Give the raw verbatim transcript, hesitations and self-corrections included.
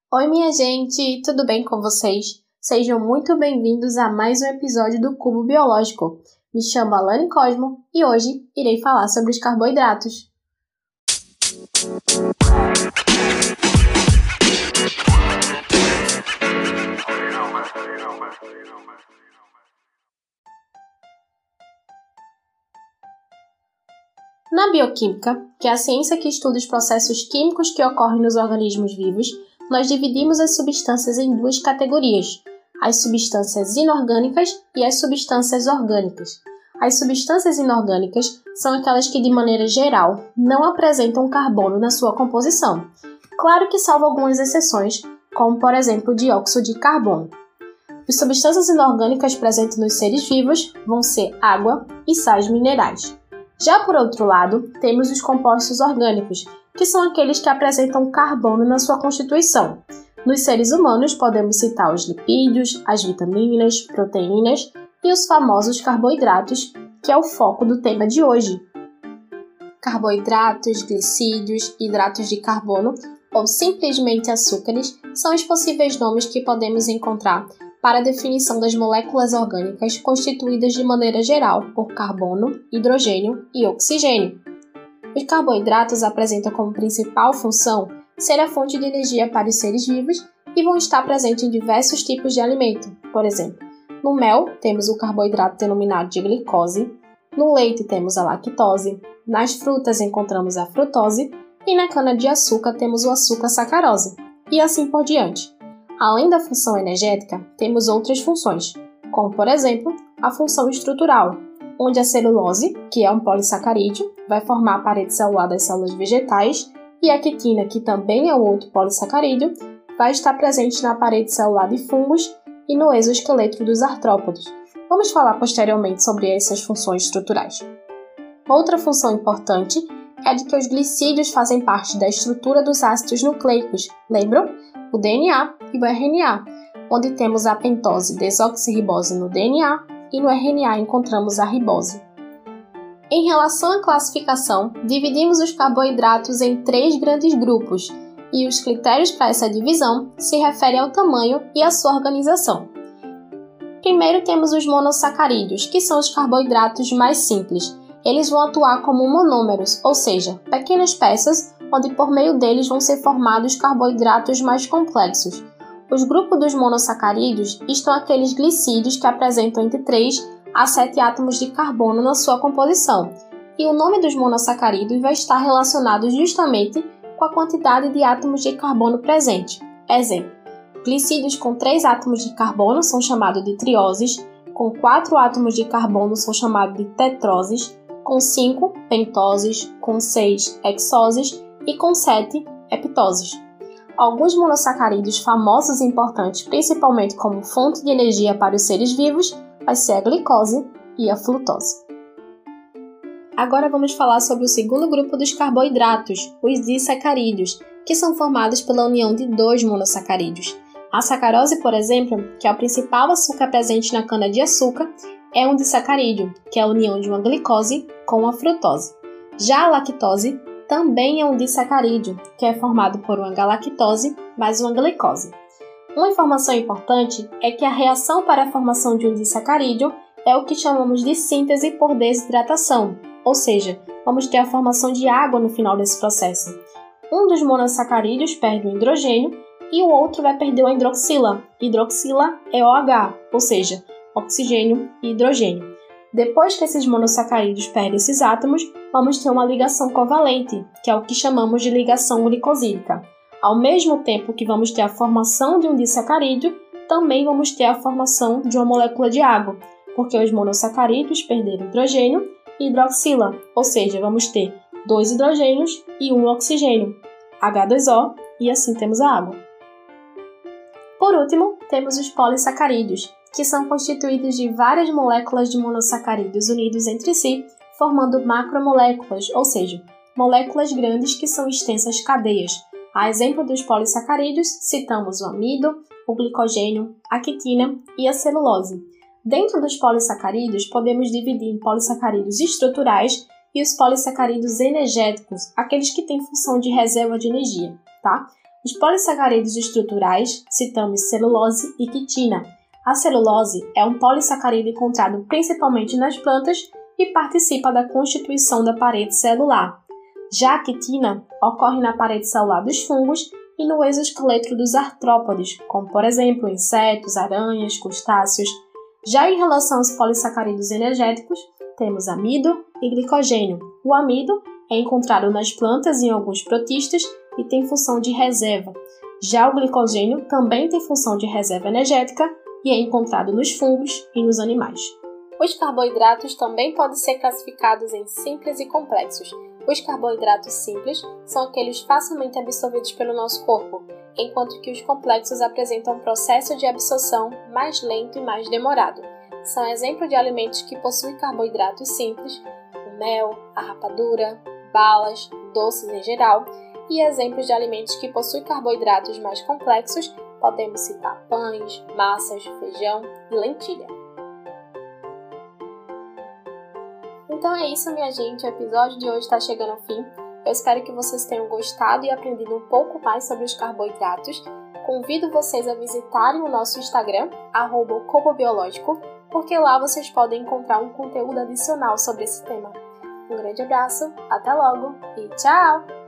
Oi, minha gente, tudo bem com vocês? Sejam muito bem-vindos a mais um episódio do Cubo Biológico. Me chamo Alane Cosmo e hoje irei falar sobre os carboidratos. Na bioquímica, que é a ciência que estuda os processos químicos que ocorrem nos organismos vivos, nós dividimos as substâncias em duas categorias, as substâncias inorgânicas e as substâncias orgânicas. As substâncias inorgânicas são aquelas que, de maneira geral, não apresentam carbono na sua composição. Claro que salvo algumas exceções, como, por exemplo, o dióxido de carbono. As substâncias inorgânicas presentes nos seres vivos vão ser água e sais minerais. Já por outro lado, temos os compostos orgânicos, que são aqueles que apresentam carbono na sua constituição. Nos seres humanos, podemos citar os lipídios, as vitaminas, proteínas e os famosos carboidratos, que é o foco do tema de hoje. Carboidratos, glicídios, hidratos de carbono ou simplesmente açúcares são os possíveis nomes que podemos encontrar para a definição das moléculas orgânicas constituídas de maneira geral por carbono, hidrogênio e oxigênio. Os carboidratos apresentam como principal função ser a fonte de energia para os seres vivos e vão estar presentes em diversos tipos de alimento. Por exemplo, no mel temos o carboidrato denominado de glicose, no leite temos a lactose, nas frutas encontramos a frutose e na cana-de-açúcar temos o açúcar-sacarose, e assim por diante. Além da função energética, temos outras funções, como por exemplo, a função estrutural, onde a celulose, que é um polissacarídeo, vai formar a parede celular das células vegetais, e a quitina, que também é outro polissacarídeo, vai estar presente na parede celular de fungos e no exoesqueleto dos artrópodes. Vamos falar posteriormente sobre essas funções estruturais. Outra função importante é de que os glicídios fazem parte da estrutura dos ácidos nucleicos, lembram? O D N A e o R N A, onde temos a pentose desoxirribose no D N A e no R N A encontramos a ribose. Em relação à classificação, dividimos os carboidratos em três grandes grupos, e os critérios para essa divisão se referem ao tamanho e à sua organização. Primeiro temos os monossacarídeos, que são os carboidratos mais simples. Eles vão atuar como monômeros, ou seja, pequenas peças onde por meio deles vão ser formados carboidratos mais complexos. Os grupos dos monossacarídeos estão aqueles glicídios que apresentam entre três a sete átomos de carbono na sua composição, e o nome dos monossacarídeos vai estar relacionado justamente com a quantidade de átomos de carbono presente. Exemplo, glicídios com três átomos de carbono são chamados de trioses, com quatro átomos de carbono são chamados de tetroses, com cinco, pentoses, com seis, hexoses e com sete, heptoses. Alguns monossacarídeos famosos e importantes, principalmente como fonte de energia para os seres vivos, vai ser a glicose e a frutose. Agora vamos falar sobre o segundo grupo dos carboidratos, os disacarídeos, que são formados pela união de dois monossacarídeos. A sacarose, por exemplo, que é o principal açúcar presente na cana-de-açúcar, é um disacarídeo, que é a união de uma glicose com a frutose. Já a lactose também é um disacarídeo, que é formado por uma galactose mais uma glicose. Uma informação importante é que a reação para a formação de um disacarídeo é o que chamamos de síntese por desidratação, ou seja, vamos ter a formação de água no final desse processo. Um dos monossacarídeos perde o hidrogênio e o outro vai perder a hidroxila. Hidroxila é O H, ou seja, oxigênio e hidrogênio. Depois que esses monossacarídeos perdem esses átomos, vamos ter uma ligação covalente, que é o que chamamos de ligação glicosílica. Ao mesmo tempo que vamos ter a formação de um disacarídeo, também vamos ter a formação de uma molécula de água, porque os monossacarídeos perderam hidrogênio e hidroxila, ou seja, vamos ter dois hidrogênios e um oxigênio, H dois O, e assim temos a água. Por último, temos os polissacarídeos, que são constituídos de várias moléculas de monossacarídeos unidos entre si, formando macromoléculas, ou seja, moléculas grandes que são extensas cadeias. A exemplo dos polissacarídeos, citamos o amido, o glicogênio, a quitina e a celulose. Dentro dos polissacarídeos, podemos dividir em polissacarídeos estruturais e os polissacarídeos energéticos, aqueles que têm função de reserva de energia, tá? Os polissacarídeos estruturais, citamos celulose e quitina. A celulose é um polissacarídeo encontrado principalmente nas plantas e participa da constituição da parede celular. Já a quitina ocorre na parede celular dos fungos e no exoesqueleto dos artrópodes, como por exemplo insetos, aranhas, crustáceos. Já em relação aos polissacarídeos energéticos, temos amido e glicogênio. O amido é encontrado nas plantas e em alguns protistas e tem função de reserva. Já o glicogênio também tem função de reserva energética e é encontrado nos fungos e nos animais. Os carboidratos também podem ser classificados em simples e complexos. Os carboidratos simples são aqueles facilmente absorvidos pelo nosso corpo, enquanto que os complexos apresentam um processo de absorção mais lento e mais demorado. São exemplos de alimentos que possuem carboidratos simples, o mel, a rapadura, balas, doces em geral, e exemplos de alimentos que possuem carboidratos mais complexos, podemos citar pães, massas, feijão e lentilha. Então é isso, minha gente, o episódio de hoje está chegando ao fim. Eu espero que vocês tenham gostado e aprendido um pouco mais sobre os carboidratos. Convido vocês a visitarem o nosso Instagram, arroba cobobiológico, porque lá vocês podem encontrar um conteúdo adicional sobre esse tema. Um grande abraço, até logo e tchau!